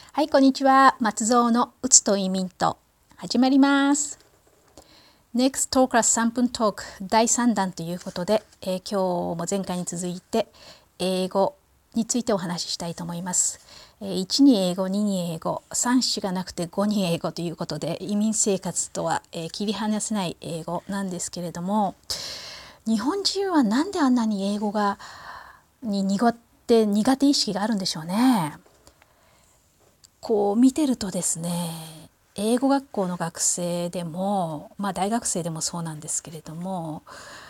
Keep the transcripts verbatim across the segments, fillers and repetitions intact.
はい、こんにちは。松蔵のうつと移民と始まります。Next Talk からさんぷんトークだいさんだんということで、えー、今日も前回に続いて英語についてお話ししたいと思います。えー、いちに英語、にに英語、さん子がなくてごに英語ということで、移民生活とは、えー、切り離せない英語なんですけれども、日本人はなんであんなに英語がに苦手苦手意識があるんでしょうね。こう見てるとですね、英語学校の学生でも、まあ、大学生でもそうなんですけれども、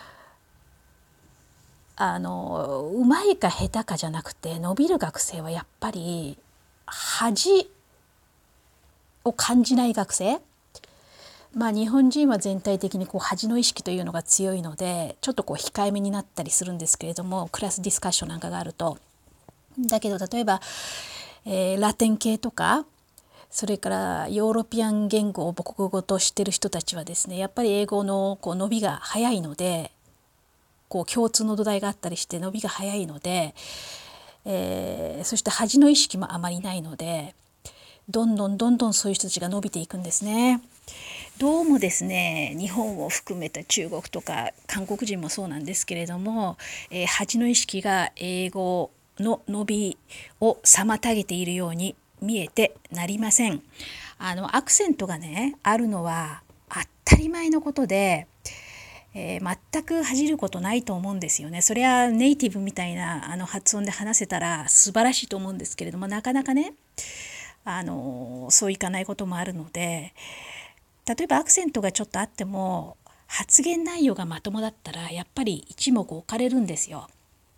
あのうまいか下手かじゃなくて、伸びる学生はやっぱり恥を感じない学生、まあ、日本人は全体的にこう恥の意識というのが強いので、ちょっとこう控えめになったりするんですけれども、クラスディスカッションなんかがあると。だけど例えば、えーラテン系とか、それからヨーロピアン言語を母国語としてる人たちはですね、やっぱり英語のこう伸びが早いので、こう共通の土台があったりして伸びが早いので、えーそして恥の意識もあまりないので、どんどんどんどんそういう人たちが伸びていくんですね。どうもですね、日本を含めた中国とか韓国人もそうなんですけれども、えー恥の意識が英語の伸びを妨げているように見えてなりません。あのアクセントがねあるのは当たり前のことで、えー全く恥じることないと思うんですよね。それはネイティブみたいなあの発音で話せたら素晴らしいと思うんですけれども、なかなかね、あのそういかないこともあるので、例えばアクセントがちょっとあっても発言内容がまともだったらやっぱり一目置かれるんですよ。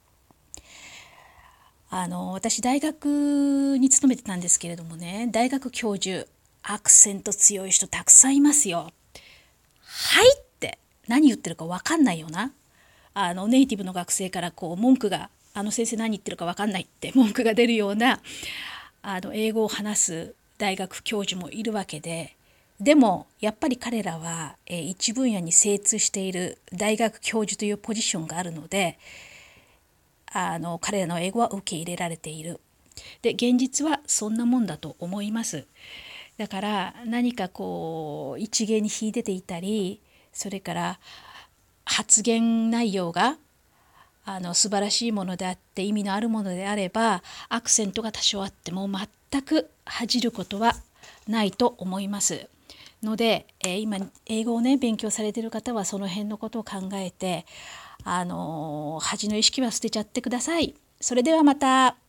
あの私大学に勤めてたんですけれどもね、大学教授アクセント強い人たくさんいますよ。はいって何言ってるか分かんないような、あのネイティブの学生からこう文句が、あの先生何言ってるか分かんないって文句が出るようなあの英語を話す大学教授もいるわけで、でもやっぱり彼らは、えー一分野に精通している大学教授というポジションがあるので、あの彼らの英語は受け入れられている。で現実はそんなもんだと思います。だから何かこう一芸に秀でていたり、それから発言内容があの素晴らしいものであって意味のあるものであれば、アクセントが多少あっても全く恥じることはないと思いますので、えー今英語をね勉強されている方はその辺のことを考えて、あの恥の意識は捨てちゃってください。それではまた。